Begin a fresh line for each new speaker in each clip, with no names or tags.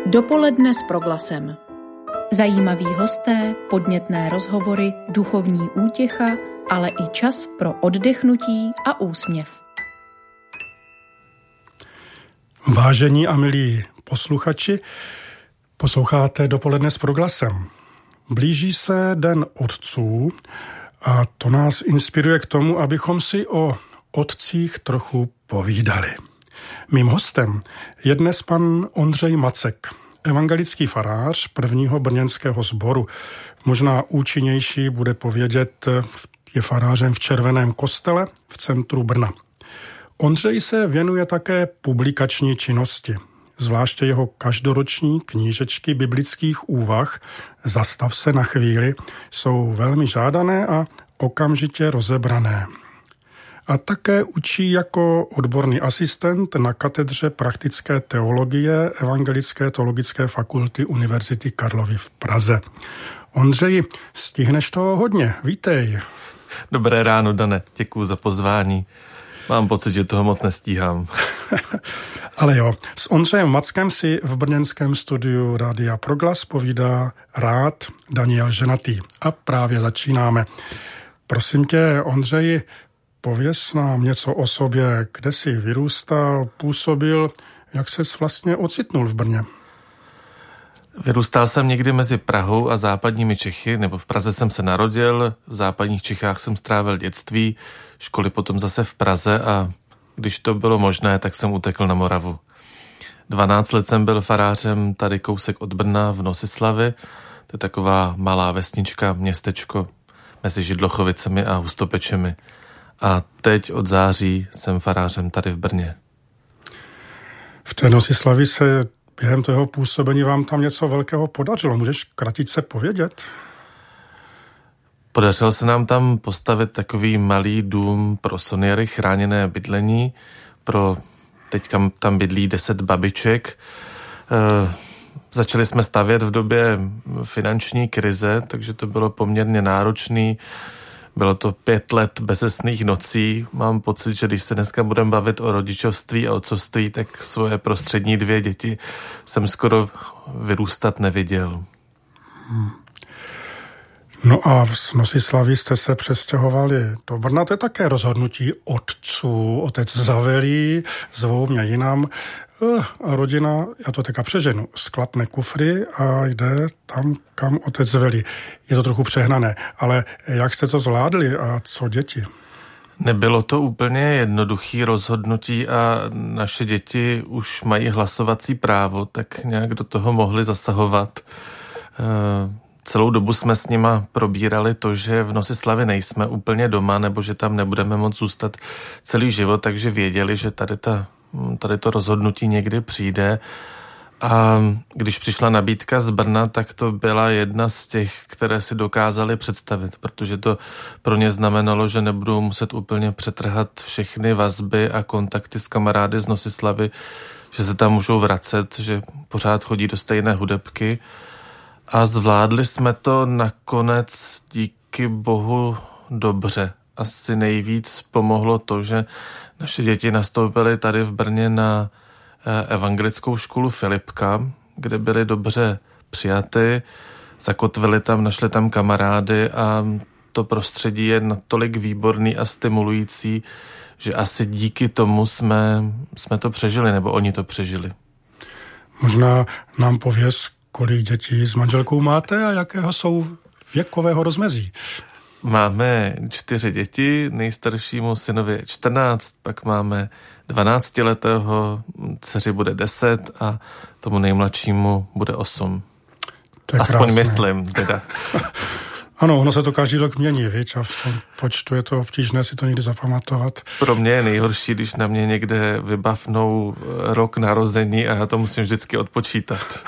Dopoledne s Proglasem. Zajímaví hosté, podnětné rozhovory, duchovní útěcha, ale i čas pro oddechnutí a úsměv.
Vážení a milí posluchači, posloucháte Dopoledne s Proglasem. Blíží se Den otců a to nás inspiruje k tomu, abychom si o otcích trochu povídali. Mým hostem je dnes pan Ondřej Macek, evangelický farář prvního brněnského sboru. Možná účinnější bude povědět, je farářem v Červeném kostele v centru Brna. Ondřej se věnuje také publikační činnosti. Zvláště jeho každoroční knížečky biblických úvah Zastav se na chvíli jsou velmi žádané a okamžitě rozebrané. A také učí jako odborný asistent na katedře praktické teologie Evangelické teologické fakulty Univerzity Karlovy v Praze. Ondřeji, stihneš toho hodně, vítej.
Dobré ráno, Dane, děkuju za pozvání. Mám pocit, že toho moc nestíhám.
Ale jo, s Ondřejem Mackem si v brněnském studiu Rádia Proglas povídá rád Daniel Ženatý. A právě začínáme. Prosím tě, Ondřeji, pověz nám něco o sobě, kde jsi vyrůstal, působil, jak ses vlastně ocitnul v Brně.
Vyrůstal jsem někdy mezi Prahou a západními Čechy, nebo v Praze jsem se narodil, v západních Čechách jsem strávil dětství, školy potom zase v Praze a když to bylo možné, tak jsem utekl na Moravu. 12 let jsem byl farářem tady kousek od Brna v Nosislavi, to je taková malá vesnička, městečko mezi Židlochovicemi a Hustopečemi. A teď od září jsem farářem tady v Brně.
V té Nosislavi se během toho působení vám tam něco velkého podařilo. Můžeš kratičce povědět?
Podařilo se nám tam postavit takový malý dům pro seniory, chráněné bydlení. Teďka tam bydlí 10 babiček. Začali jsme stavět v době finanční krize, takže to bylo poměrně náročný. Bylo to 5 let bezesných nocí. Mám pocit, že když se dneska budeme bavit o rodičovství a otcovství, tak svoje prostřední 2 děti jsem skoro vyrůstat neviděl.
No a z Nosislavy jste se přestěhovali do Brna. To je také rozhodnutí otců. Otec zavelí, zvou mě jinam. A rodina, já to teďka přeženu, sklapne kufry a jde tam, kam otec velí. Je to trochu přehnané, ale jak jste to zvládli a co děti?
Nebylo to úplně jednoduché rozhodnutí a naše děti už mají hlasovací právo, tak nějak do toho mohli zasahovat. Celou dobu jsme s nima probírali to, že v Nosislavi nejsme úplně doma, nebo že tam nebudeme moct zůstat celý život, takže věděli, že tady to rozhodnutí někdy přijde. A když přišla nabídka z Brna, tak to byla jedna z těch, které si dokázali představit, protože to pro ně znamenalo, že nebudou muset úplně přetrhat všechny vazby a kontakty s kamarády z Nosislavy, že se tam můžou vracet, že pořád chodí do stejné hudebky. A zvládli jsme to nakonec díky Bohu dobře. Asi nejvíc pomohlo to, že naše děti nastoupily tady v Brně na evangelickou školu Filipka, kde byly dobře přijaty, zakotvili tam, našli tam kamarády a to prostředí je natolik výborný a stimulující, že asi díky tomu jsme to přežili, nebo oni to přežili.
Možná nám pověz, kolik dětí s manželkou máte a jakého jsou věkového rozmezí?
Máme 4 děti, nejstaršímu synovi je 14, pak máme 12letého, dceři bude 10 a tomu nejmladšímu bude 8.
To je
aspoň
krásné.
Myslím teda.
Ano, ono se to každý rok mění, viď? A v tom počtu je to obtížné si to někdy zapamatovat.
Pro mě je nejhorší, když na mě někde vybavnou rok narození a já to musím vždycky odpočítat.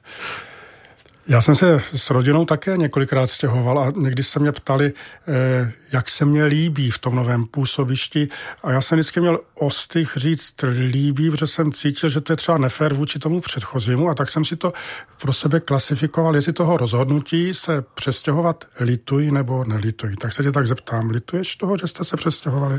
Já jsem se s rodinou také několikrát stěhoval a někdy se mě ptali, jak se mě líbí v tom novém působišti a já jsem vždycky měl ostych říct líbí, protože jsem cítil, že to je třeba nefér vůči tomu předchozímu a tak jsem si to pro sebe klasifikoval, jestli toho rozhodnutí se přestěhovat lituji nebo nelituji. Tak se tě tak zeptám, lituješ toho, že jste se přestěhovali?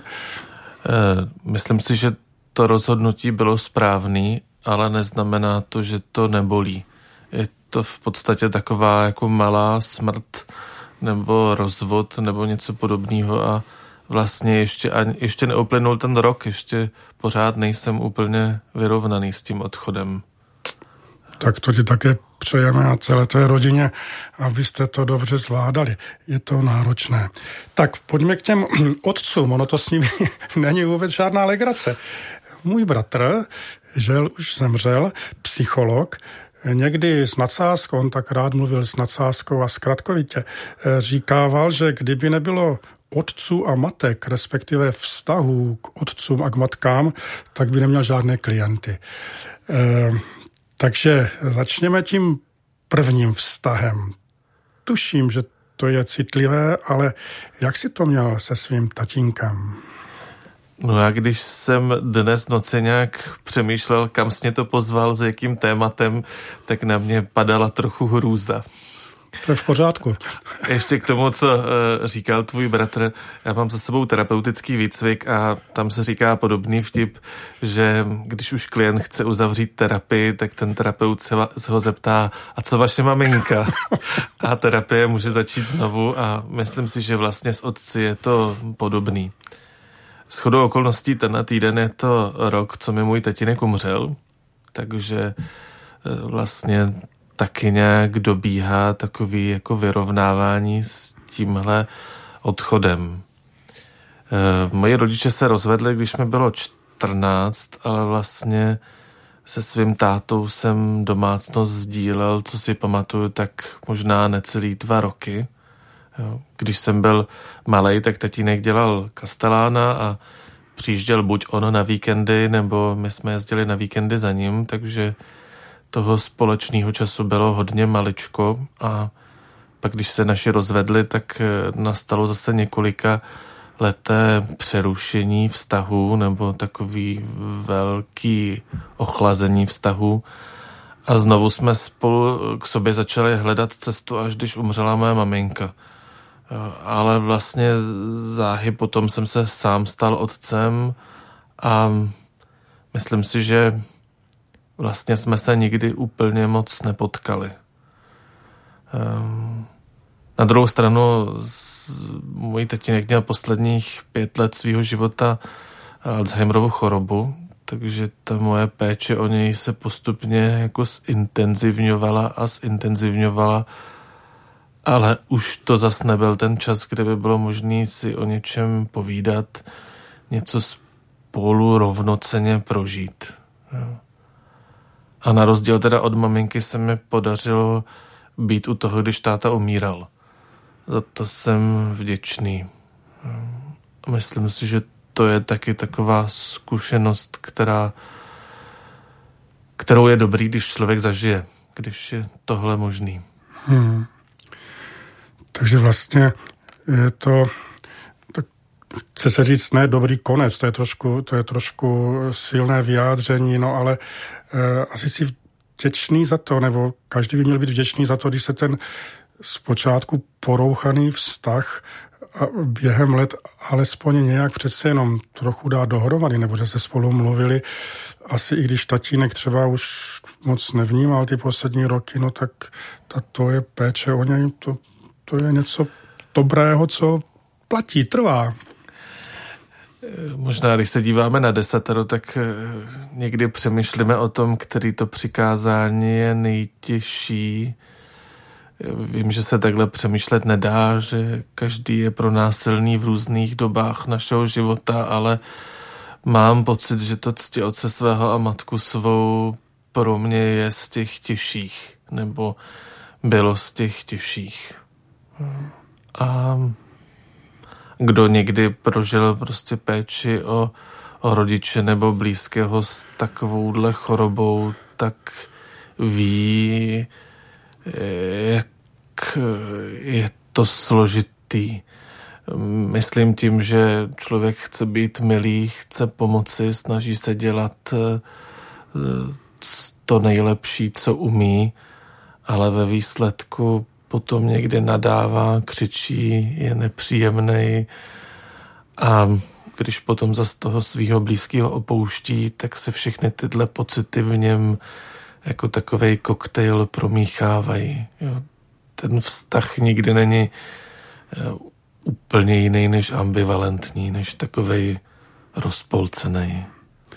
Myslím si, že to rozhodnutí bylo správný, ale neznamená to, že to nebolí. je to v podstatě taková jako malá smrt nebo rozvod nebo něco podobného a vlastně ještě neuplynul ten rok, ještě pořád nejsem úplně vyrovnaný s tím odchodem.
Tak to ti také přejeme a celé té rodině, abyste to dobře zvládali. Je to náročné. Tak pojďme k těm otcům, ono to s nimi není vůbec žádná legrace. Můj bratr, žel už zemřel, psycholog, někdy s nadsázkou, on tak rád mluvil s nadsázkou a zkratkovitě, říkával, že kdyby nebylo otců a matek, respektive vztahů k otcům a k matkám, tak by neměl žádné klienty. Takže začněme tím prvním vztahem. Tuším, že to je citlivé, ale jak jsi to měl se svým tatínkem?
No a když jsem dnes noci nějak přemýšlel, kam jsi mě to pozval, s jakým tématem, tak na mě padala trochu hrůza.
To je v pořádku.
Ještě k tomu, co říkal tvůj bratr, já mám za sebou terapeutický výcvik a tam se říká podobný vtip, že když už klient chce uzavřít terapii, tak ten terapeut se ho zeptá, a co vaše maminka? A terapie může začít znovu a myslím si, že vlastně s otci je to podobný. Shodou okolností tenhle týden je to rok, co mi můj tatínek umřel, takže vlastně taky nějak dobíhá takový jako vyrovnávání s tímhle odchodem. Moji rodiče se rozvedli, když mi bylo 14, ale vlastně se svým tátou jsem domácnost sdílel, co si pamatuju, tak možná necelý 2 roky. Když jsem byl malej, tak tatínek dělal kastelána a přijížděl buď on na víkendy, nebo my jsme jezdili na víkendy za ním, takže toho společného času bylo hodně maličko a pak, když se naši rozvedli, tak nastalo zase několika leté přerušení vztahu nebo takový velký ochlazení vztahu a znovu jsme spolu k sobě začali hledat cestu, až když umřela moje maminka. Ale vlastně záhy potom jsem se sám stal otcem a myslím si, že vlastně jsme se nikdy úplně moc nepotkali. Na druhou stranu můj tatínek měl posledních 5 let svého života Alzheimerovu chorobu, takže ta moje péče o něj se postupně jako zintenzivňovala, ale už to zas nebyl ten čas, kde by bylo možné si o něčem povídat, něco spolu rovnocenně prožít. A na rozdíl teda od maminky se mi podařilo být u toho, když táta umíral. Za to jsem vděčný. Myslím si, že to je taky taková zkušenost, kterou je dobrý, když člověk zažije, když je tohle možný.
Takže vlastně je to, tak chce se říct, ne dobrý konec, to je trošku silné vyjádření, no ale asi si vděčný za to, nebo každý by měl být vděčný za to, když se ten zpočátku porouchaný vztah a během let alespoň nějak přece jenom trochu dá dohromady, nebo že se spolu mluvili. Asi i když tatínek třeba už moc nevnímal ty poslední roky, no tak to je péče o něj, to je něco dobrého, co platí, trvá.
Možná, když se díváme na 10, tak někdy přemýšlíme o tom, který to přikázání je nejtěžší. Vím, že se takhle přemýšlet nedá, že každý je pro nás silný v různých dobách našeho života, ale mám pocit, že to ctí otce svého a matku svou pro mě je z těch těžších, nebo bylo z těch těžších. A kdo někdy prožil prostě péči o rodiče nebo blízkého s takovouhle chorobou, tak ví, jak je to složitý. Myslím tím, že člověk chce být milý, chce pomoci, snaží se dělat to nejlepší, co umí, ale ve výsledku potom někde nadává, křičí, je nepříjemnej a když potom zas toho svého blízkého opouští, tak se všechny tyhle pocity v něm jako takovej koktejl promíchávají. Jo. Ten vztah nikdy není úplně jiný než ambivalentní, než takovej rozpolcený.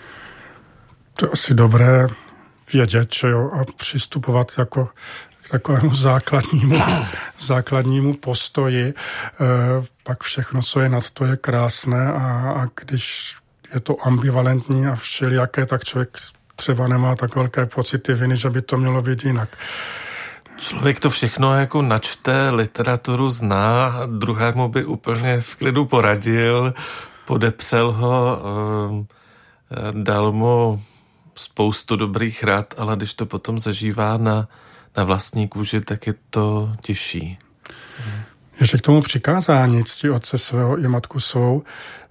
To je asi dobré vědět, že jo, a přistupovat jako k takovému základnímu postoji. Pak všechno, co je nad to, je krásné a když je to ambivalentní a všelijaké, tak člověk třeba nemá tak velké pocity viny, že by to mělo být jinak.
Člověk to všechno jako načte, literaturu zná, druhému by úplně v klidu poradil, podepřel ho, dal mu spoustu dobrých rad, ale když to potom zažívá na vlastní kůži, tak je to těžší.
Ještě k tomu přikázání cti otce svého i matku svou,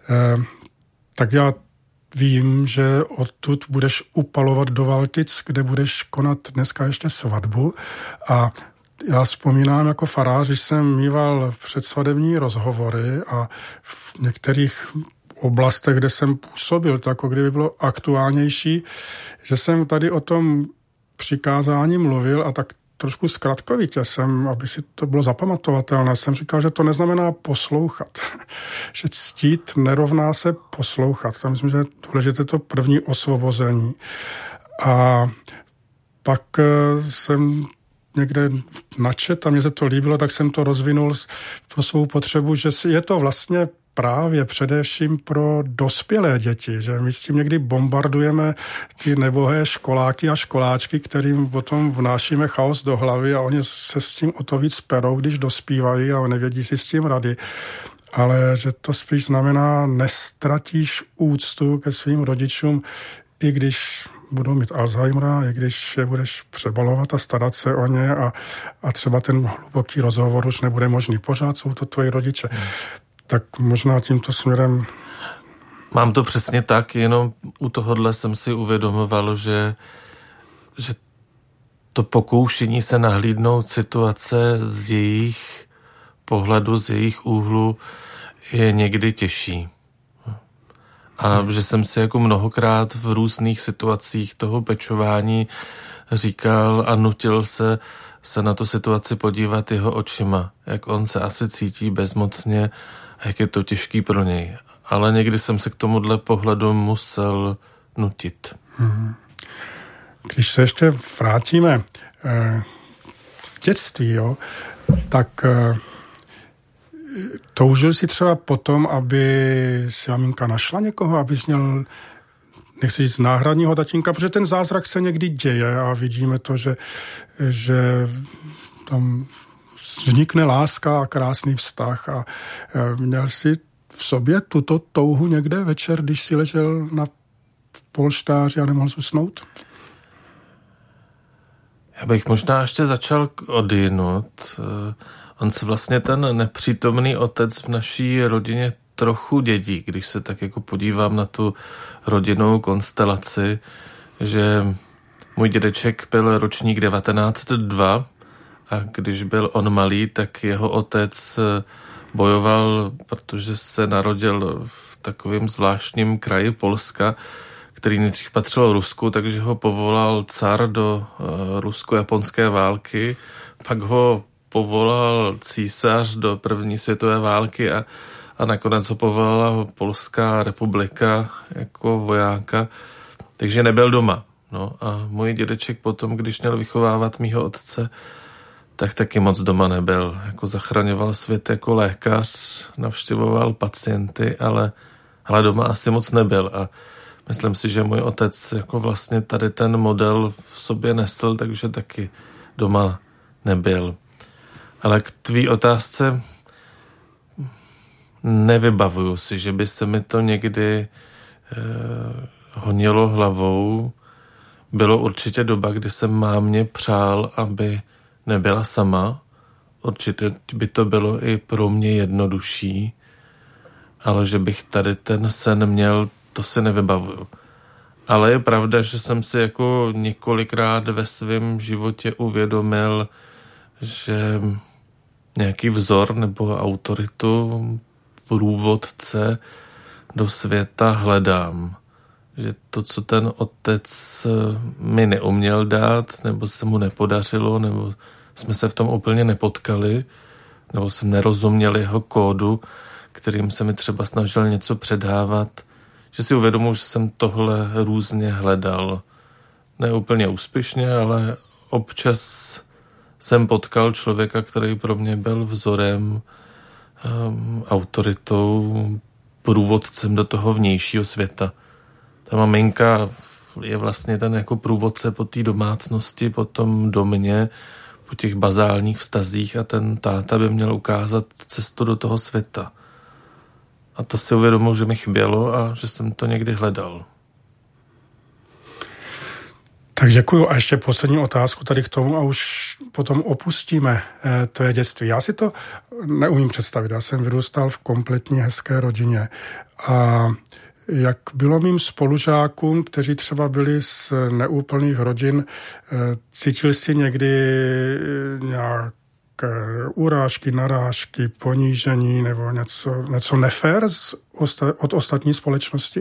tak já vím, že odtud budeš upalovat do Valtic, kde budeš konat dneska ještě svatbu. A já vzpomínám jako farář, když jsem mýval předsvadební rozhovory a v některých oblastech, kde jsem působil, to jako kdyby bylo aktuálnější, že jsem tady o tom přikázání mluvil a tak trošku zkratkovitě jsem, aby si to bylo zapamatovatelné, jsem říkal, že to neznamená poslouchat. Že ctít nerovná se poslouchat. Tam myslím, že je důležité to první osvobození. A pak jsem někde načet a mně se to líbilo, tak jsem to rozvinul pro svou potřebu, že je to vlastně právě především pro dospělé děti, že my s tím někdy bombardujeme ty nebohé školáky a školáčky, kterým potom vnášíme chaos do hlavy a oni se s tím o to víc perou, když dospívají a nevědí si s tím rady. Ale že to spíš znamená, nestratíš úctu ke svým rodičům, i když budou mít Alzheimera, i když je budeš přebalovat a starat se o ně a třeba ten hluboký rozhovor už nebude možný. Pořád jsou to tvoji rodiče. Tak možná tímto směrem...
Mám to přesně tak, jenom u tohohle jsem si uvědomoval, že to pokoušení se nahlídnout situace z jejich pohledu, z jejich úhlu je někdy těžší. A že jsem si jako mnohokrát v různých situacích toho pečování říkal a nutil se na tu situaci podívat jeho očima, jak on se asi cítí bezmocně, jak je to těžký pro něj. Ale někdy jsem se k tomuhle pohledu musel nutit.
Když se ještě vrátíme v dětství, jo, tak toužil si třeba potom, aby si maminka našla někoho, abys měl, nechci říct, náhradního tatínka, protože ten zázrak se někdy děje a vidíme to, že tam vznikne láska a krásný vztah a měl si v sobě tuto touhu někde večer, když si ležel na polštáři a nemohl usnout?
Já bych možná ještě začal odjinut. On se vlastně ten nepřítomný otec v naší rodině trochu dědí, když se tak jako podívám na tu rodinnou konstelaci, že můj dědeček byl ročník 1902 a když byl on malý, tak jeho otec bojoval, protože se narodil v takovém zvláštním kraji Polska, který nejdřív patřil Rusku, takže ho povolal car do rusko-japonské války, pak ho povolal císař do první světové války a nakonec ho povolala Polská republika jako vojáka, takže nebyl doma. No a můj dědeček potom, když měl vychovávat mýho otce, tak taky moc doma nebyl. Jako zachraňoval svět jako lékař, navštěvoval pacienty, ale doma asi moc nebyl. A myslím si, že můj otec jako vlastně tady ten model v sobě nesl, takže taky doma nebyl. Ale k tvý otázce nevybavuju si, že by se mi to někdy honilo hlavou. Bylo určitě doba, kdy jsem mámě přál, aby nebyla sama. Určitě by to bylo i pro mě jednodušší, ale že bych tady ten sen měl, to si nevybavuju. Ale je pravda, že jsem si jako několikrát ve svém životě uvědomil, že nějaký vzor nebo autoritu, průvodce do světa hledám. že to, co ten otec mi neuměl dát, nebo se mu nepodařilo, nebo jsme se v tom úplně nepotkali, nebo jsem nerozuměl jeho kódu, kterým se mi třeba snažil něco předávat, že si uvědomuji, že jsem tohle různě hledal. Ne úplně úspěšně, ale občas jsem potkal člověka, který pro mě byl vzorem, autoritou, průvodcem do toho vnějšího světa. Ta maminka je vlastně ten jako průvodce po té domácnosti, po tom domě, po těch bazálních vztazích a ten táta by měl ukázat cestu do toho světa. A to si uvědomil, že mi chybělo a že jsem to někdy hledal.
Tak děkuju. A ještě poslední otázku tady k tomu a už potom opustíme tvé dětství. Já si to neumím představit. Já jsem vyrůstal v kompletní hezké rodině. A jak bylo mým spolužákům, kteří třeba byli z neúplných rodin, cítil jsi někdy nějak urážky, narážky, ponížení nebo něco nefér od ostatní společnosti?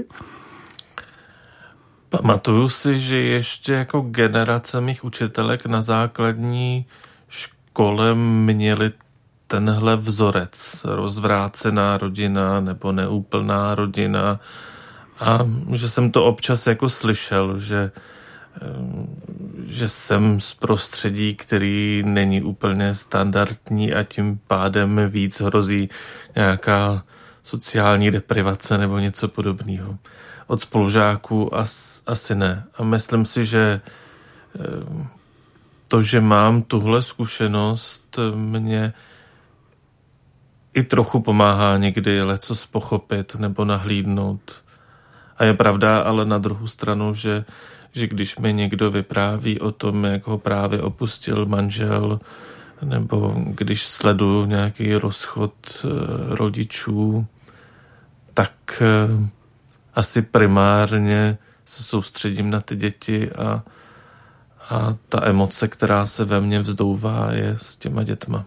Pamatuju si, že ještě jako generace mých učitelek na základní škole měli tenhle vzorec, rozvrácená rodina nebo neúplná rodina, a že jsem to občas jako slyšel, že jsem z prostředí, který není úplně standardní a tím pádem víc hrozí nějaká sociální deprivace nebo něco podobného. Od spolužáků asi ne. A myslím si, že to, že mám tuhle zkušenost, mě i trochu pomáhá někdy lecos pochopit nebo nahlídnout. A je pravda, ale na druhou stranu, že když mi někdo vypráví o tom, jak ho právě opustil manžel, nebo když sleduju nějaký rozchod rodičů, tak asi primárně se soustředím na ty děti a ta emoce, která se ve mně vzdouvá, je s těma dětma.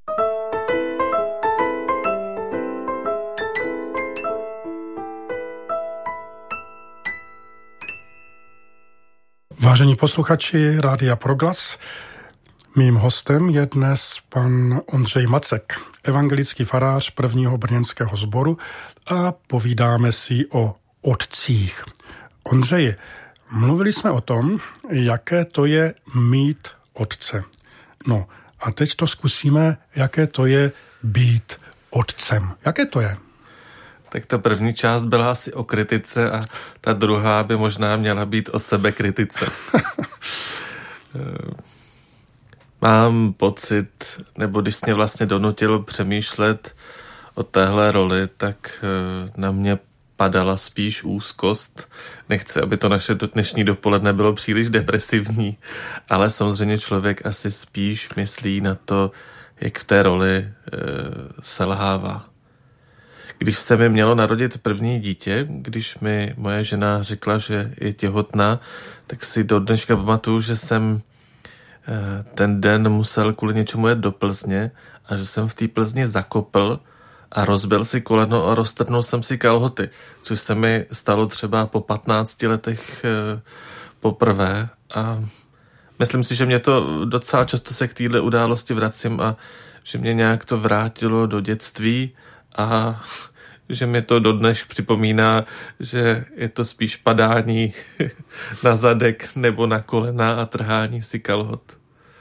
Vážení posluchači Rádia Proglas, mým hostem je dnes pan Ondřej Macek, evangelický farář prvního brněnského sboru, a povídáme si o otcích. Ondřeji, mluvili jsme o tom, jaké to je mít otce. No a teď to zkusíme, jaké to je být otcem. Jaké to je?
Tak ta první část byla asi o kritice a ta druhá by možná měla být o sebekritice. Mám pocit, nebo když mě vlastně donutil přemýšlet o téhle roli, tak na mě padala spíš úzkost. Nechci, aby to naše dnešní dopoledne bylo příliš depresivní, ale samozřejmě člověk asi spíš myslí na to, jak v té roli selhává. Když se mi mělo narodit první dítě, když mi moje žena řekla, že je těhotná, tak si do dneška pamatuju, že jsem ten den musel kvůli něčemu jet do Plzně a že jsem v té Plzni zakopl a rozbil si koleno a roztrhnul jsem si kalhoty, což se mi stalo třeba po 15 letech poprvé, a myslím si, že mě to docela často se k téhle události vracím a že mě nějak to vrátilo do dětství a že mi to dodneš připomíná, že je to spíš padání na zadek nebo na kolena a trhání si kalhot.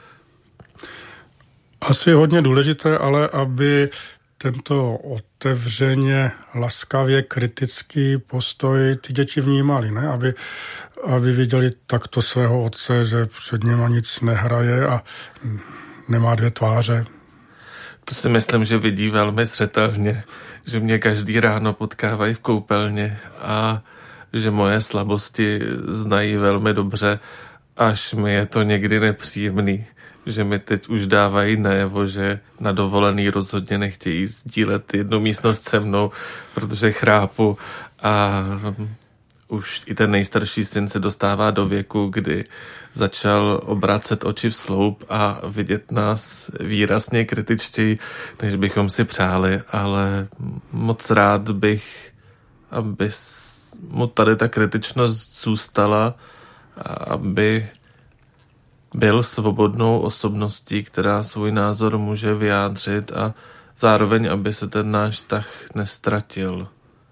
Asi je hodně důležité, ale aby tento otevřeně, laskavě kritický postoj ty děti vnímali, ne? Aby viděli takto svého otce, že před něma nic nehraje a nemá dvě tváře.
To si myslím, že vidí velmi zřetelně, že mě každý ráno potkávají v koupelně a že moje slabosti znají velmi dobře, až mi je to někdy nepříjemný, že mi teď už dávají najevo, že na dovolený rozhodně nechtějí sdílet jednu místnost se mnou, protože chrápu, a už i ten nejstarší syn se dostává do věku, kdy začal obracet oči v sloup a vidět nás výrazně kritičtěji, než bychom si přáli, ale moc rád bych, aby mu tady ta kritičnost zůstala, aby byl svobodnou osobností, která svůj názor může vyjádřit a zároveň, aby se ten náš vztah nestratil.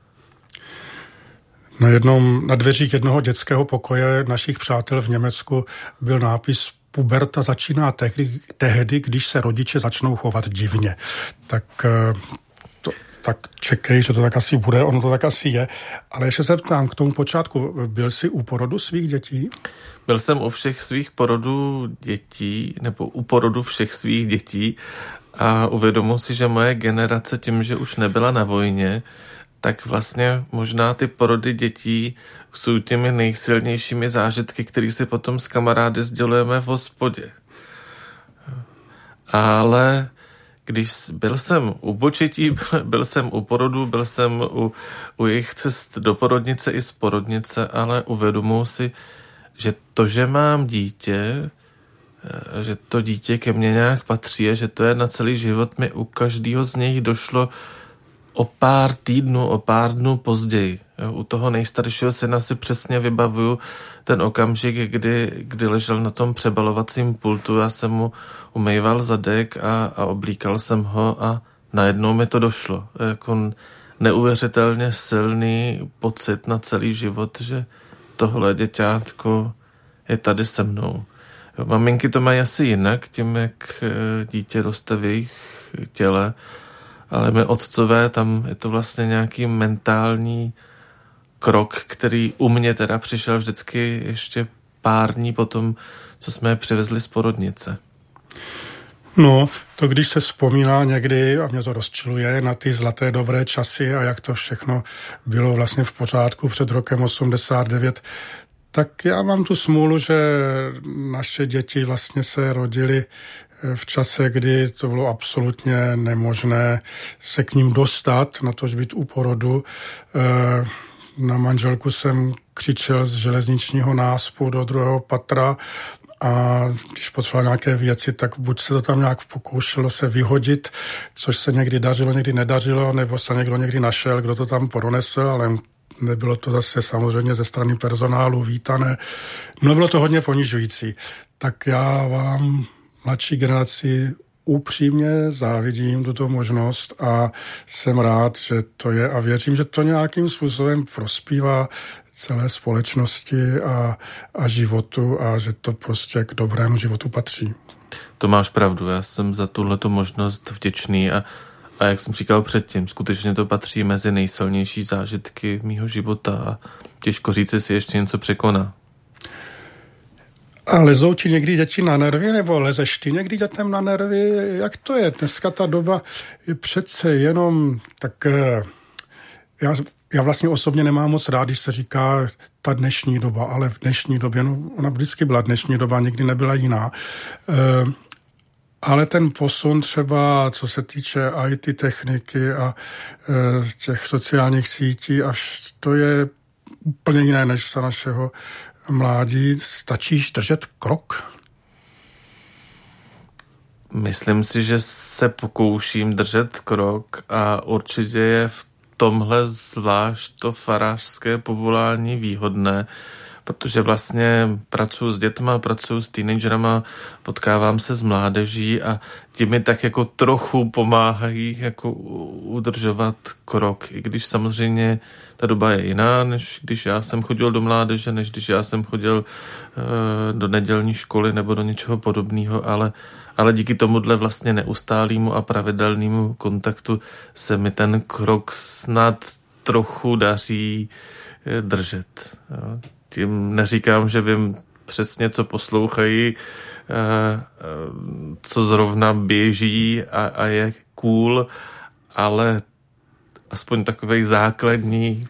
Na dveřích jednoho dětského pokoje našich přátel v Německu byl nápis Puberta začíná tehdy, když se rodiče začnou chovat divně. Tak čekej, že to tak asi bude, ono to tak asi je. Ale ještě se ptám k tomu počátku, byl jsi u porodu svých dětí?
Byl jsem u všech svých porodů dětí, nebo u porodu všech svých dětí a uvědomil si, že moje generace tím, že už nebyla na vojně, tak vlastně možná ty porody dětí jsou těmi nejsilnějšími zážitky, které si potom s kamarády sdělujeme v hospodě. Ale když byl jsem u početí, byl jsem u porodu, byl jsem u jejich cest do porodnice i z porodnice, ale uvědomuji si, že to, že mám dítě, že to dítě ke mně nějak patří a že to je na celý život, mi u každého z nich došlo o pár týdnů, o pár dnů později. U toho nejstaršího syna si přesně vybavuju ten okamžik, kdy ležel na tom přebalovacím pultu, já jsem mu umýval zadek a oblíkal jsem ho a najednou mi to došlo. Jako neuvěřitelně silný pocit na celý život, že tohle děťátko je tady se mnou. Maminky to mají asi jinak, tím, jak dítě roste v jejich těle, ale my otcové, tam je to vlastně nějaký mentální krok, který u mě teda přišel vždycky ještě pár dní potom, co jsme je přivezli z porodnice.
No, to když se vzpomíná někdy, a mě to rozčiluje, na ty zlaté dobré časy a jak to všechno bylo vlastně v pořádku před rokem 89, tak já mám tu smůlu, že naše děti vlastně se rodily v čase, kdy to bylo absolutně nemožné se k ním dostat, natož být u porodu. Na manželku jsem křičel z železničního náspu do 2. patra a když potřeboval nějaké věci, tak buď se to tam nějak pokoušelo se vyhodit, což se někdy dařilo, někdy nedařilo, nebo se někdo někdy našel, kdo to tam pronesl, ale nebylo to zase samozřejmě ze strany personálu vítané. No bylo to hodně ponižující. Tak já vám, mladší generaci, upřímně závidím tuto možnost a jsem rád, že to je a věřím, že to nějakým způsobem prospívá celé společnosti a životu a že to prostě k dobrému životu patří.
To máš pravdu, já jsem za tuhletu možnost vděčný a jak jsem říkal předtím, skutečně to patří mezi nejsilnější zážitky mýho života a těžko říct, jestli ještě něco překoná.
A lezou ti někdy děti na nervy, nebo lezeš ty někdy dětem na nervy? Jak to je? Dneska ta doba je přece jenom tak... Já vlastně osobně nemám moc rád, když se říká ta dnešní doba, ale v dnešní době, no ona vždycky byla dnešní doba, nikdy nebyla jiná. Ale ten posun třeba, co se týče IT techniky a těch sociálních sítí, až to je úplně jiné než za našeho mládí. Stačíš držet krok?
Myslím si, že se pokouším držet krok a určitě je v tomhle zvlášť to farářské povolání výhodné, protože vlastně pracuji s dětma, pracuji s teenagerama, potkávám se s mládeží a ti mi tak jako trochu pomáhají jako udržovat krok, i když samozřejmě ta doba je jiná, než když já jsem chodil do mládeže, než když já jsem chodil do nedělní školy nebo do něčeho podobného, ale díky tomuhle vlastně neustálému a pravidelnému kontaktu se mi ten krok snad trochu daří držet. Tím neříkám, že vím přesně, co poslouchají, co zrovna běží a je cool, ale aspoň takovej základní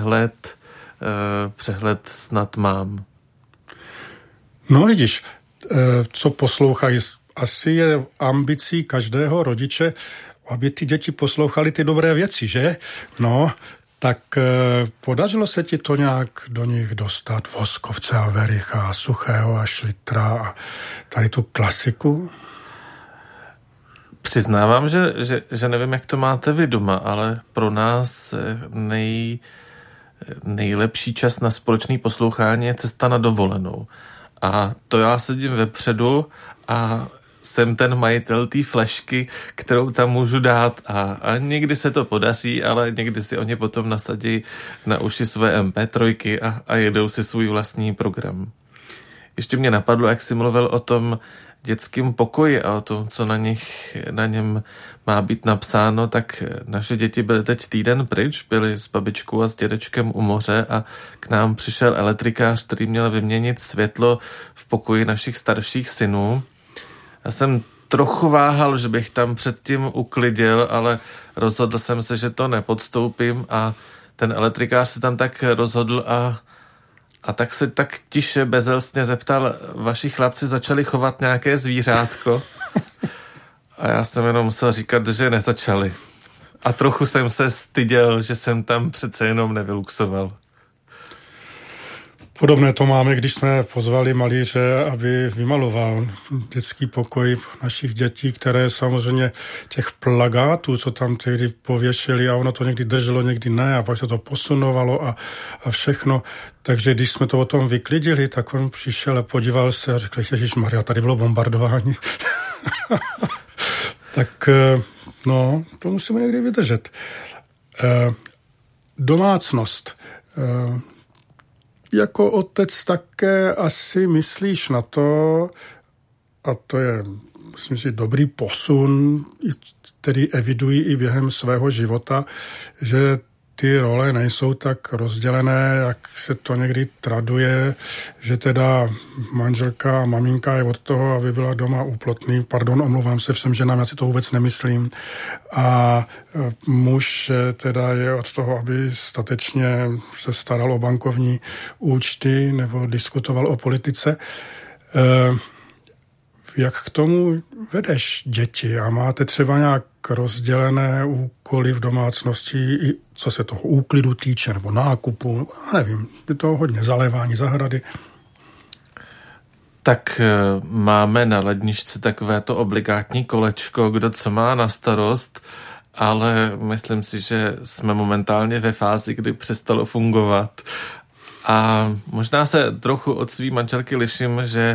přehled snad mám.
No vidíš, co poslouchají, asi je ambicí každého rodiče, aby ty děti poslouchali ty dobré věci, že? No, tak podařilo se ti to nějak do nich dostat, Voskovce a Vericha, Suchého a Šlitra a tady tu klasiku?
Přiznávám, že nevím, jak to máte vy doma, ale pro nás nejlepší čas na společné poslouchání je cesta na dovolenou. A to já sedím vepředu a jsem ten majitel té flešky, kterou tam můžu dát a někdy se to podaří, ale někdy si oni potom nasadí na uši své MP3 a jedou si svůj vlastní program. Ještě mě napadlo, jak jsi mluvil o tom dětském pokoji a o tom, co na něm má být napsáno, tak naše děti byly teď týden pryč, byly s babičkou a s dědečkem u moře a k nám přišel elektrikář, který měl vyměnit světlo v pokoji našich starších synů. Já jsem trochu váhal, že bych tam předtím uklidil, ale rozhodl jsem se, že to nepodstoupím a ten elektrikář se tam tak rozhodl a tak se tak tiše bezelstně zeptal, vaši chlapci začali chovat nějaké zvířátko? A já jsem jenom musel říkat, že nezačali. A trochu jsem se styděl, že jsem tam přece jenom nevyluxoval.
Podobné to máme, když jsme pozvali malíře, aby vymaloval dětský pokoj našich dětí, které samozřejmě těch plakátů, co tam tehdy pověšili a ono to někdy drželo, někdy ne a pak se to posunovalo a všechno. Takže když jsme to o tom vyklidili, tak on přišel a podíval se a řekl, ježišmarja, tady bylo bombardování. Tak no, to musíme někdy vydržet. Domácnost. Jako otec také asi myslíš na to, a to je, myslím si, dobrý posun, který evidují i během svého života, že ty role nejsou tak rozdělené, jak se to někdy traduje, že teda manželka a maminka je od toho, aby byla doma úplotný. Pardon, omlouvám se všem ženám, já si to vůbec nemyslím. A muž teda je od toho, aby statečně se staral o bankovní účty nebo diskutoval o politice. Jak k tomu vedeš děti a máte třeba nějak rozdělené úkoly v domácnosti, i co se toho úklidu týče, nebo nákupu, já nevím, je to hodně zalévání zahrady.
Tak máme na ledničce takové to obligátní kolečko, kdo co má na starost, ale myslím si, že jsme momentálně ve fázi, kdy přestalo fungovat. A možná se trochu od svý manželky liším, že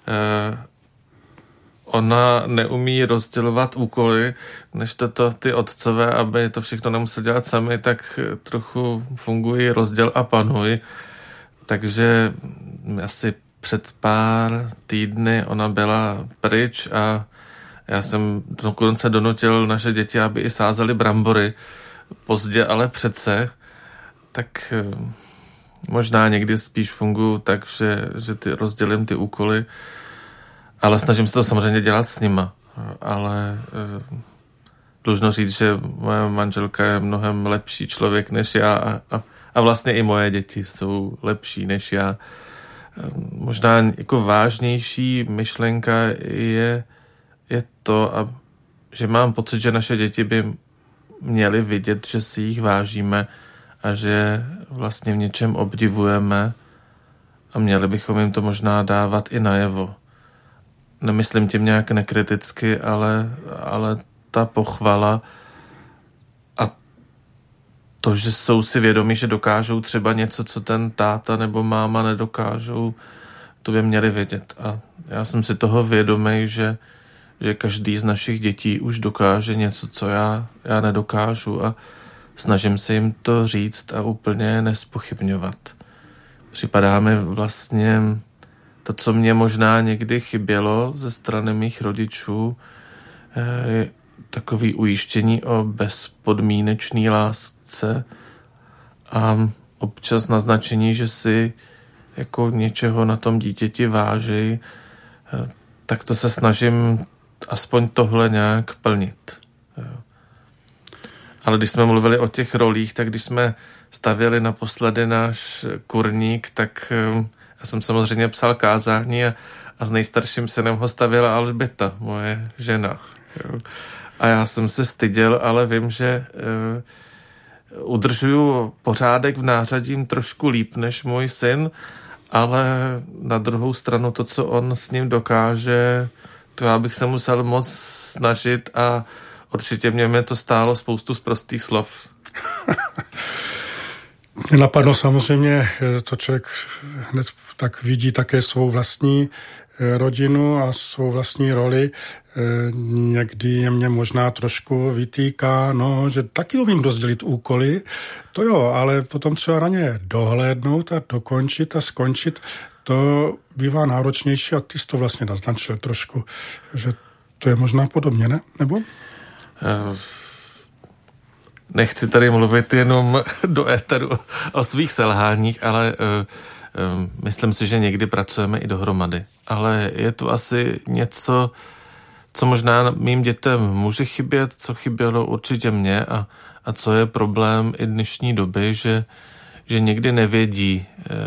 ona neumí rozdělovat úkoly, než toto ty otcové, aby to všechno nemuseli dělat sami, tak trochu fungují rozděl a panuj. Takže asi před pár týdny ona byla pryč a já jsem dokonce donutil naše děti, aby i sázeli brambory. Pozdě, ale přece. Tak možná někdy spíš fungují tak, že ty rozdělím ty úkoly, ale snažím se to samozřejmě dělat s nima. Ale dlužno říct, že moje manželka je mnohem lepší člověk než já a vlastně i moje děti jsou lepší než já. Možná jako vážnější myšlenka je to, že mám pocit, že naše děti by měly vidět, že si jich vážíme a že vlastně v něčem obdivujeme a měli bychom jim to možná dát i najevo. Nemyslím tím nějak nekriticky, ale ta pochvala a to, že jsou si vědomí, že dokážou třeba něco, co ten táta nebo máma nedokážou, to by měli vědět. A já jsem si toho vědomý, že každý z našich dětí už dokáže něco, co já nedokážu a snažím se jim to říct a úplně nespochybňovat. Připadá mi vlastně to, co mě možná někdy chybělo ze strany mých rodičů, je takový ujištění o bezpodmínečné lásce a občas naznačení, že si jako něčeho na tom dítěti váží, tak to se snažím aspoň tohle nějak plnit. Ale když jsme mluvili o těch rolích, tak když jsme stavěli naposledy náš kurník, tak já jsem samozřejmě psal kázání a s nejstarším synem ho stavěla Alžběta, moje žena. A já jsem se styděl, ale vím, že udržuju pořádek v nářadím trošku líp než můj syn, ale na druhou stranu to, co on s ním dokáže, to já bych se musel moc snažit a určitě mě to stálo spoustu sprostých slov.
Mě napadlo samozřejmě, to člověk hned tak vidí také svou vlastní rodinu a svou vlastní roli. Někdy je mě možná trošku vytýká, že taky umím rozdělit úkoly, to jo, ale potom třeba na ně dohlédnout a dokončit a skončit, to bývá náročnější a ty jsi to vlastně naznačil trošku, že to je možná podobně, ne? Nebo?
Nechci tady mluvit jenom do éteru o svých selháních, ale myslím si, že někdy pracujeme i dohromady. Ale je to asi něco, co možná mým dětem může chybět, co chybělo určitě mě a co je problém i dnešní doby, že někdy nevědí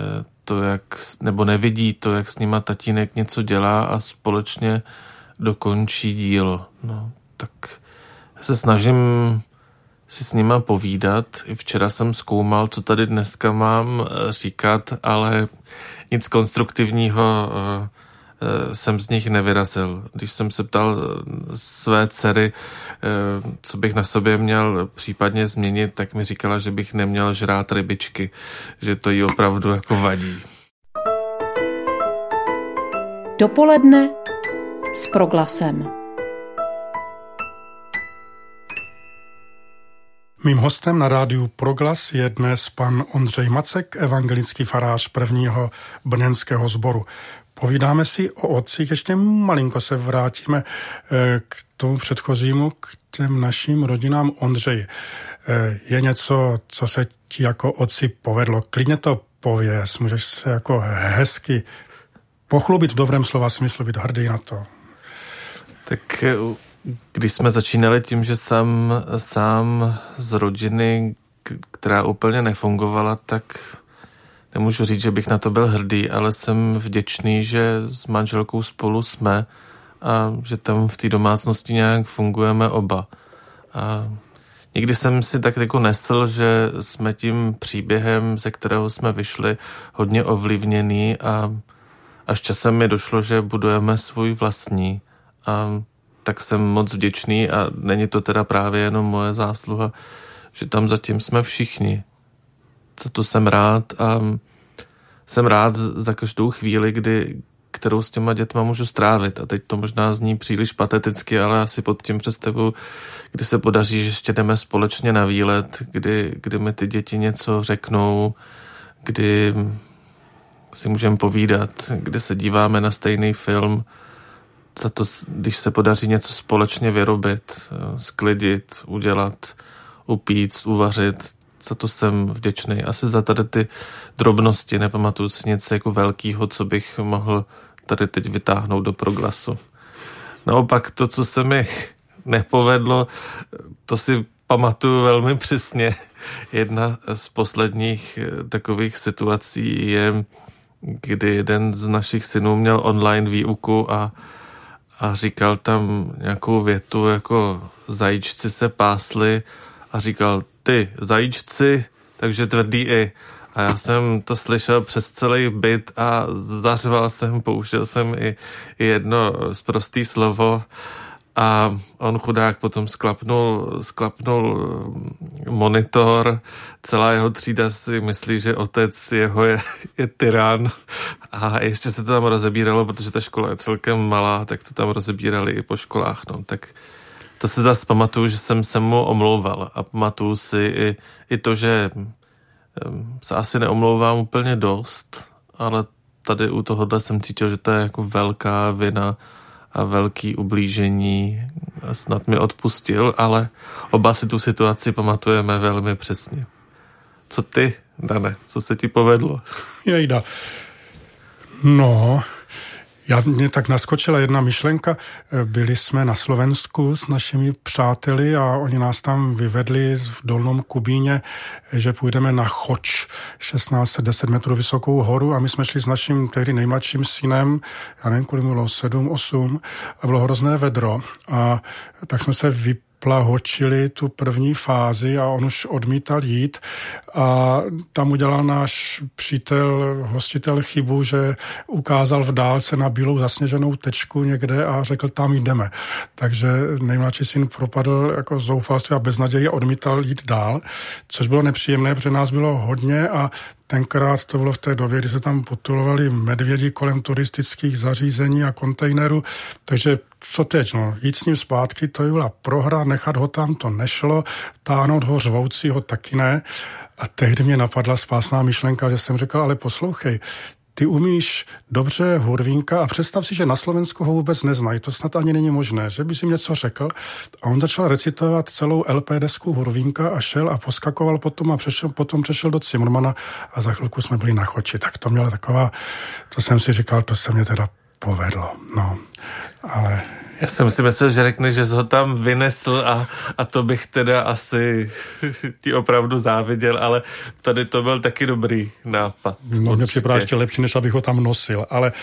nevidí to, jak s nima tatínek něco dělá a společně dokončí dílo. Tak se snažím si s nima povídat. I včera jsem zkoumal, co tady dneska mám říkat, ale nic konstruktivního jsem z nich nevyrazil. Když jsem se ptal své dcery, co bych na sobě měl případně změnit, tak mi říkala, že bych neměl žrát rybičky, že to jí opravdu jako vadí.
Dopoledne s Proglasem.
Mým hostem na rádiu Proglas je dnes pan Ondřej Macek, evangelický farář prvního brněnského sboru. Povídáme si o otcích, ještě malinko se vrátíme k tomu předchozímu, k těm našim rodinám. Ondřej, je něco, co se ti jako otci povedlo? Klidně to pověz, můžeš se jako hezky pochlubit v dobrém slova smyslu, být hrdý na to.
Tak když jsme začínali tím, že jsem sám z rodiny, která úplně nefungovala, tak nemůžu říct, že bych na to byl hrdý, ale jsem vděčný, že s manželkou spolu jsme a že tam v té domácnosti nějak fungujeme oba. A někdy jsem si tak jako nesl, že jsme tím příběhem, ze kterého jsme vyšli, hodně ovlivněný a až časem mi došlo, že budujeme svůj vlastní. A tak jsem moc vděčný a není to teda právě jenom moje zásluha, že tam zatím jsme všichni. Za to jsem rád a jsem rád za každou chvíli, kterou s těma dětma můžu strávit. A teď to možná zní příliš pateticky, ale asi pod tím představu, kdy se podaří, že ještě jdeme společně na výlet, kdy mi ty děti něco řeknou, kdy si můžeme povídat, kdy se díváme na stejný film, za to, když se podaří něco společně vyrobit, sklidit, udělat, upít, uvařit, za to jsem vděčný. Asi za tady ty drobnosti, nepamatuju si nic jako velkýho, co bych mohl tady teď vytáhnout do Proglasu. Naopak to, co se mi nepovedlo, to si pamatuju velmi přesně. Jedna z posledních takových situací je, kdy jeden z našich synů měl online výuku a říkal tam nějakou větu jako zajíčci se pásli a říkal ty zajíčci, takže tvrdý i. A já jsem to slyšel přes celý byt a zařval jsem, použil jsem i jedno sprostý slovo a on chudák potom sklapnul monitor, celá jeho třída si myslí, že otec jeho je tyran a ještě se to tam rozebíralo, protože ta škola je celkem malá, tak to tam rozebírali i po školách, tak to si zase pamatuju, že jsem se mu omlouval a pamatuju si i to, že se asi neomlouvám úplně dost, ale tady u tohohle jsem cítil, že to je jako velká vina a velký ublížení. Snad mi odpustil, ale oba si tu situaci pamatujeme velmi přesně. Co ty, Dane, co se ti povedlo?
Jejda. Mě tak naskočila jedna myšlenka. Byli jsme na Slovensku s našimi přáteli a oni nás tam vyvedli v Dolnom Kubíně, že půjdeme na Choč, 1610 metrů vysokou horu a my jsme šli s naším tehdy nejmladším synem, já nevím, kolik bylo, 7, 8 a bylo hrozné vedro a tak jsme se zaplahočili tu první fázi a on už odmítal jít a tam udělal náš přítel, hostitel chybu, že ukázal v dálce na bílou zasněženou tečku někde a řekl, tam jdeme. Takže nejmladší syn propadl jako zoufalství a beznaději a odmítal jít dál, což bylo nepříjemné, protože nás bylo hodně a tenkrát to bylo v té době, kdy se tam potulovali medvědi kolem turistických zařízení a kontejnerů, takže co teď, jít s ním zpátky, to byla prohra, nechat ho tam to nešlo, táhnout ho řvoucího taky ne. A tehdy mě napadla spásná myšlenka, že jsem řekl, ale poslouchej, ty umíš dobře hurvínka a představ si, že na Slovensku ho vůbec neznají, to snad ani není možné, že bys jim něco řekl. A on začal recitovat celou LP desku hurvínka a šel a poskakoval potom a potom přešel do Cimrmana a za chvilku jsme byli na Choči. Tak to měla taková, to jsem si říkal, to se mě teda povedlo, ale...
Já jsem si myslel, že řekneš, že jsi ho tam vynesl a to bych teda asi ti opravdu záviděl, ale tady to byl taky dobrý nápad.
No, mě připadá ještě lepší, než abych ho tam nosil, ale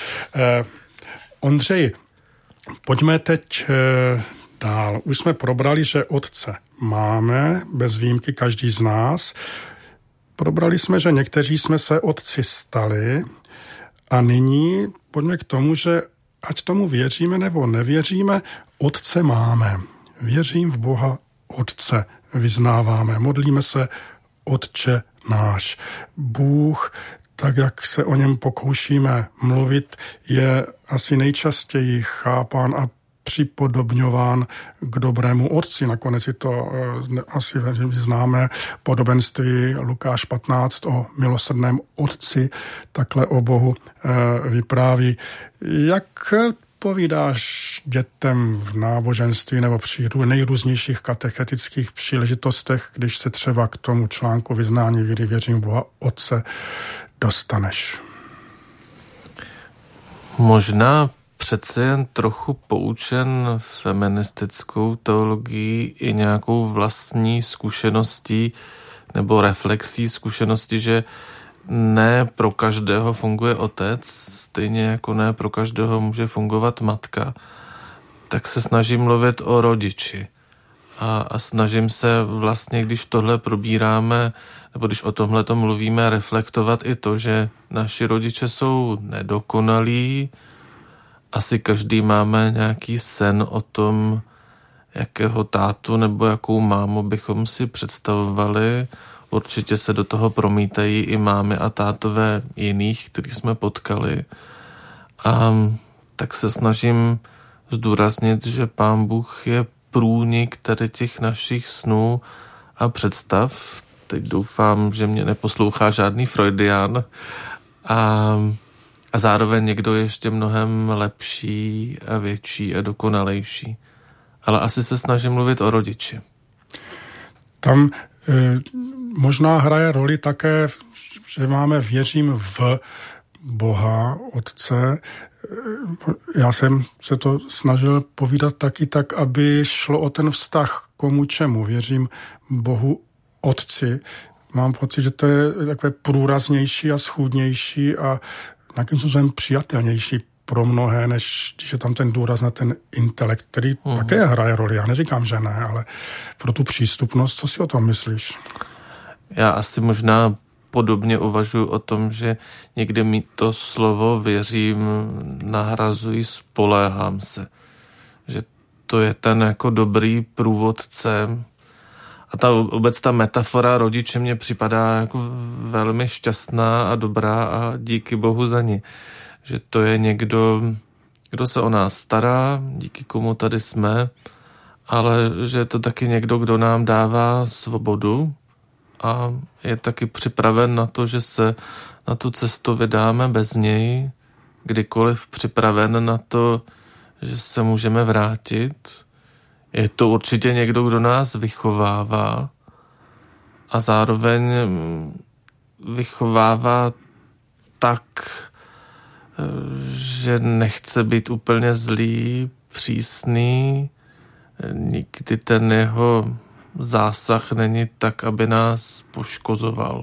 Ondřej, pojďme teď dál. Už jsme probrali, že otce máme, bez výjimky každý z nás. Probrali jsme, že někteří jsme se otci stali a nyní pojďme k tomu, že ať tomu věříme nebo nevěříme, otce máme. Věřím v Boha Otce, vyznáváme, modlíme se Otče náš. Bůh, tak jak se o něm pokoušíme mluvit, je asi nejčastěji chápán a připodobňován k dobrému otci. Nakonec je to asi známé podobenství Lukáš 15 o milosrdném otci, takhle o Bohu vypráví. Jak povídáš dětem v náboženství nebo při nejrůznějších katechetických příležitostech, když se třeba k tomu článku vyznání víry věřím v Boha Otce dostaneš?
Možná přece jen trochu poučen feministickou teologií i nějakou vlastní zkušeností nebo reflexí zkušenosti, že ne pro každého funguje otec, stejně jako ne pro každého může fungovat matka, tak se snažím mluvit o rodiči. A snažím se vlastně, když tohle probíráme, nebo když o tomhleto mluvíme, reflektovat i to, že naši rodiče jsou nedokonalí. Asi každý máme nějaký sen o tom, jakého tátu nebo jakou mámu bychom si představovali. Určitě se do toho promítají i mámy a tátové jiných, který jsme potkali. A tak se snažím zdůraznit, že Pán Bůh je průnik tady těch našich snů a představ. Teď doufám, že mě neposlouchá žádný Freudián. A zároveň někdo ještě mnohem lepší a větší a dokonalejší. Ale asi se snažím mluvit o rodiči.
Tam možná hraje roli také, že máme věřím v Boha Otce. Já jsem se to snažil povídat taky tak, aby šlo o ten vztah komu čemu. Věřím Bohu Otci. Mám pocit, že to je takové průraznější a schůdnější a nějakým způsobem přijatelnější pro mnohé, než když je tam ten důraz na ten intelekt, který také hraje roli. Já neříkám, že ne, ale pro tu přístupnost, co si o tom myslíš?
Já asi možná podobně uvažuji o tom, že někdy mi to slovo věřím nahrazují spoléhám se. Že to je ten jako dobrý průvodce. A ta metafora rodiče mně připadá jako velmi šťastná a dobrá a díky Bohu za ní. Že to je někdo, kdo se o nás stará, díky komu tady jsme, ale že je to taky někdo, kdo nám dává svobodu a je taky připraven na to, že se na tu cestu vydáme bez něj, kdykoliv připraven na to, že se můžeme vrátit. Je to určitě někdo, kdo nás vychovává a zároveň vychovává tak, že nechce být úplně zlý, přísný. Nikdy ten jeho zásah není tak, aby nás poškozoval.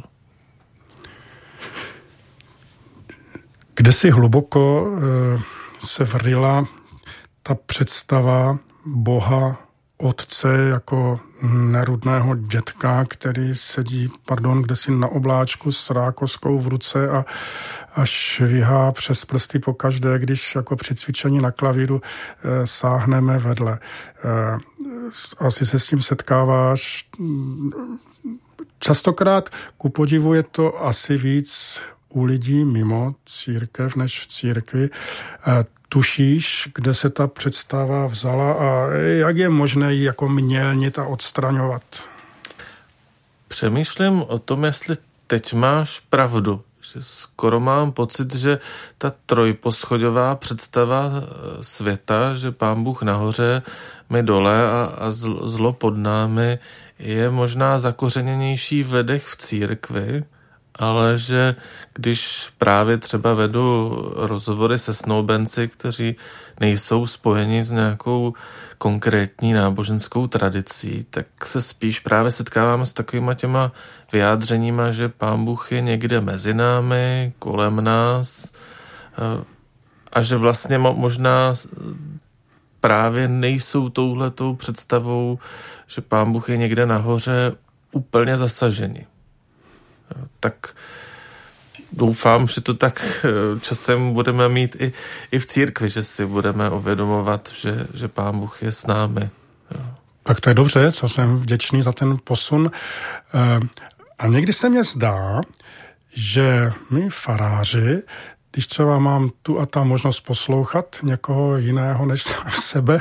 Kde si hluboko se vrila ta představa Boha otce jako nerudného dětka, který sedí, kdesi na obláčku s rákoskou v ruce a švihá přes prsty pokaždé, když jako při cvičení na klavíru sáhneme vedle. Asi se s tím setkáváš. Častokrát ku podivu je to asi víc u lidí mimo církev než v církvi. Tušíš, kde se ta představa vzala a jak je možné ji jako mělnit a odstraňovat?
Přemýšlím o tom, jestli teď máš pravdu. Že skoro mám pocit, že ta trojposchodová představa světa, že Pán Bůh nahoře, my dole a zlo pod námi, je možná zakořeněnější v lidech v církvi, ale že když právě třeba vedu rozhovory se snoubenci, kteří nejsou spojeni s nějakou konkrétní náboženskou tradicí, tak se spíš právě setkáváme s takovýma těma vyjádřeníma, že Pán Bůh je někde mezi námi, kolem nás a že vlastně možná právě nejsou touhletou představou, že Pán Bůh je někde nahoře úplně zasaženi. Tak doufám, že to tak časem budeme mít i v církvi, že si budeme uvědomovat, že Pán Bůh je s námi.
Tak to je dobře, co jsem vděčný za ten posun. A někdy se mně zdá, že my faráři, když třeba mám tu a tam možnost poslouchat někoho jiného než sebe,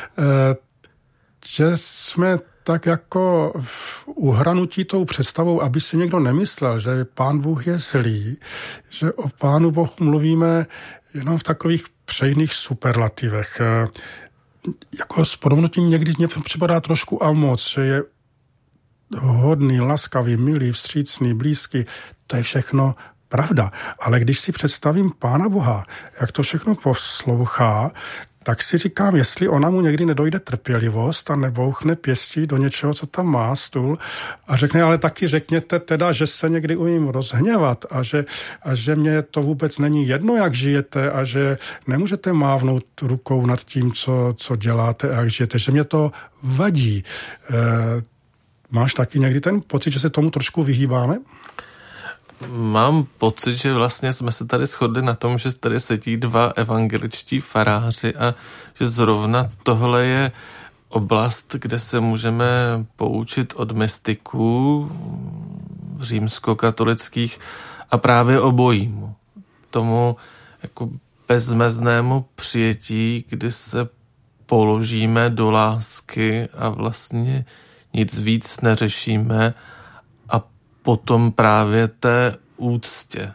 že jsme tak jako uhranutí tou představou, aby si někdo nemyslel, že Pán Bůh je zlý, že o Pánu Bohu mluvíme jenom v takových přejných superlativech. Jako s podobnotím někdy mě připadá trošku a moc, že je hodný, laskavý, milý, vstřícný, blízký. To je všechno pravda. Ale když si představím Pána Boha, jak to všechno poslouchá, tak si říkám, jestli ona mu někdy nedojde trpělivost a nebouchne pěstí do něčeho, co tam má, stůl a řekne, ale taky řekněte teda, že se někdy umím rozhněvat a že mě to vůbec není jedno, jak žijete a že nemůžete mávnout rukou nad tím, co děláte a jak žijete, že mě to vadí. Máš taky někdy ten pocit, že se tomu trošku vyhýbáme?
Mám pocit, že vlastně jsme se tady shodli na tom, že tady sedí dva evangeličtí faráři a že zrovna tohle je oblast, kde se můžeme poučit od mystiků římskokatolických a právě obojímu. Tomu jako bezmeznému přijetí, kdy se položíme do lásky a vlastně nic víc neřešíme a potom právě té úctě,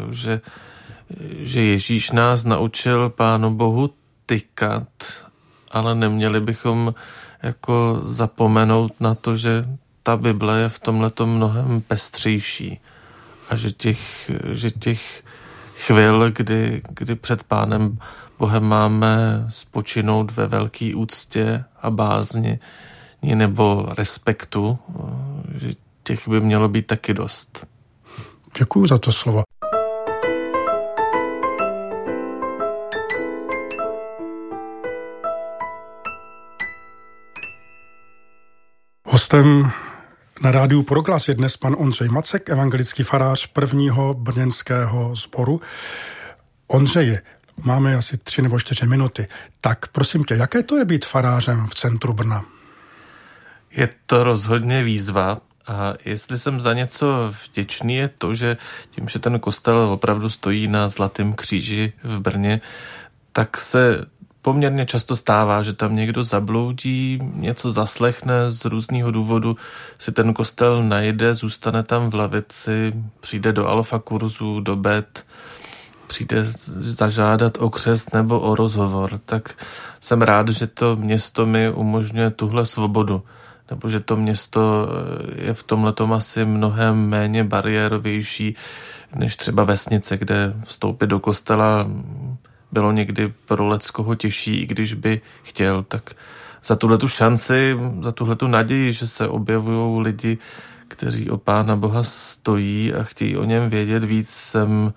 že Ježíš nás naučil Pánu Bohu tykat, ale neměli bychom jako zapomenout na to, že ta Bible je v tomhletom mnohem pestřejší a že těch chvil, kdy před Pánem Bohem máme spočinout ve velké úctě a bázni nebo respektu, že těch by mělo být taky dost.
Děkuju za to slovo. Hostem na rádiu Proglas je dnes pan Ondřej Macek, evangelický farář prvního brněnského sboru. Ondřeji, máme asi 3 nebo 4 minuty. Tak prosím tě, jaké to je být farářem v centru Brna?
Je to rozhodně výzva a jestli jsem za něco vděčný, je to, že tím, že ten kostel opravdu stojí na Zlatém kříži v Brně, tak se poměrně často stává, že tam někdo zabloudí, něco zaslechne, z různého důvodu si ten kostel najde, zůstane tam v lavici, přijde do alfa kurzu, do bet, přijde zažádat o křest nebo o rozhovor. Tak jsem rád, že to město mi umožňuje tuhle svobodu, nebo že to město je v tomhletom asi mnohem méně bariérovější než třeba vesnice, kde vstoupit do kostela bylo někdy pro leckoho těžší, i když by chtěl. Tak za tuhletu šanci, za tuhletu naději, že se objevují lidi, kteří o Pána Boha stojí a chtějí o něm vědět víc, jsem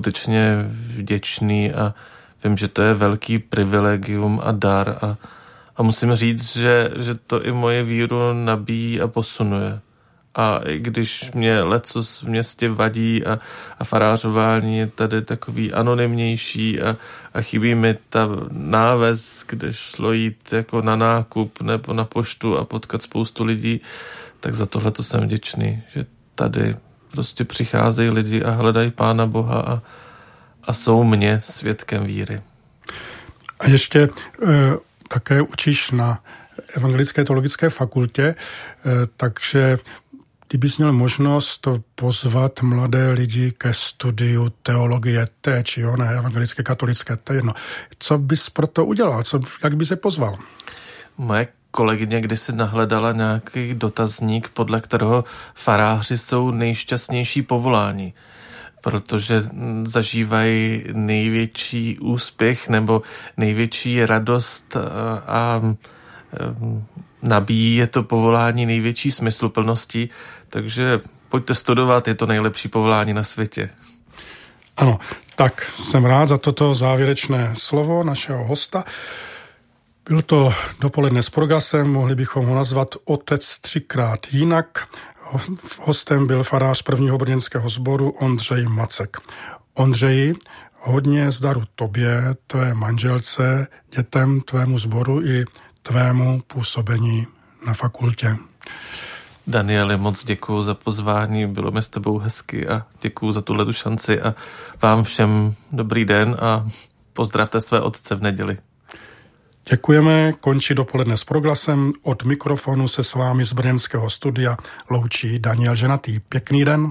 neskutečně vděčný a vím, že to je velký privilegium a dar a A musím říct, že to i moje víru nabíjí a posunuje. A i když mě lecos v městě vadí a farářování je tady takový anonymnější a chybí mi ta náves, kde šlo jít jako na nákup nebo na poštu a potkat spoustu lidí, tak za tohleto jsem vděčný, že tady prostě přicházejí lidi a hledají Pána Boha a jsou mě svědkem víry.
A ještě také učíš na Evangelické teologické fakultě, takže kdybys měl možnost pozvat mladé lidi ke studiu teologie té či oné evangelické katolické, to je jedno. Co bys pro to udělal? Jak bys je pozval?
Moje kolegyně kdysi nahledala nějaký dotazník, podle kterého faráři jsou nejšťastnější povolání, protože zažívají největší úspěch nebo největší radost a nabíjí je to povolání největší smysluplností, takže pojďte studovat, je to nejlepší povolání na světě.
Ano, tak jsem rád za toto závěrečné slovo našeho hosta. Byl to dopoledne s Proglasem, mohli bychom ho nazvat Otec třikrát jinak. Hostem byl farář prvního brněnského sboru Ondřej Macek. Ondřeji, hodně zdaru tobě, tvé manželce, dětem, tvému sboru i tvému působení na fakultě.
Danieli, moc děkuju za pozvání, bylo mi s tebou hezky a děkuju za tuhletu šanci a vám všem dobrý den a pozdravte své otce v neděli.
Děkujeme, končí dopoledne s Proglasem. Od mikrofonu se s vámi z brněnského studia loučí Daniel Ženatý. Pěkný den.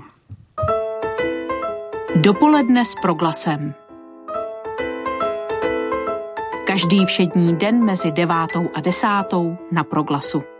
Dopoledne s Proglasem. Každý všední den mezi 9. a 10. na Proglasu.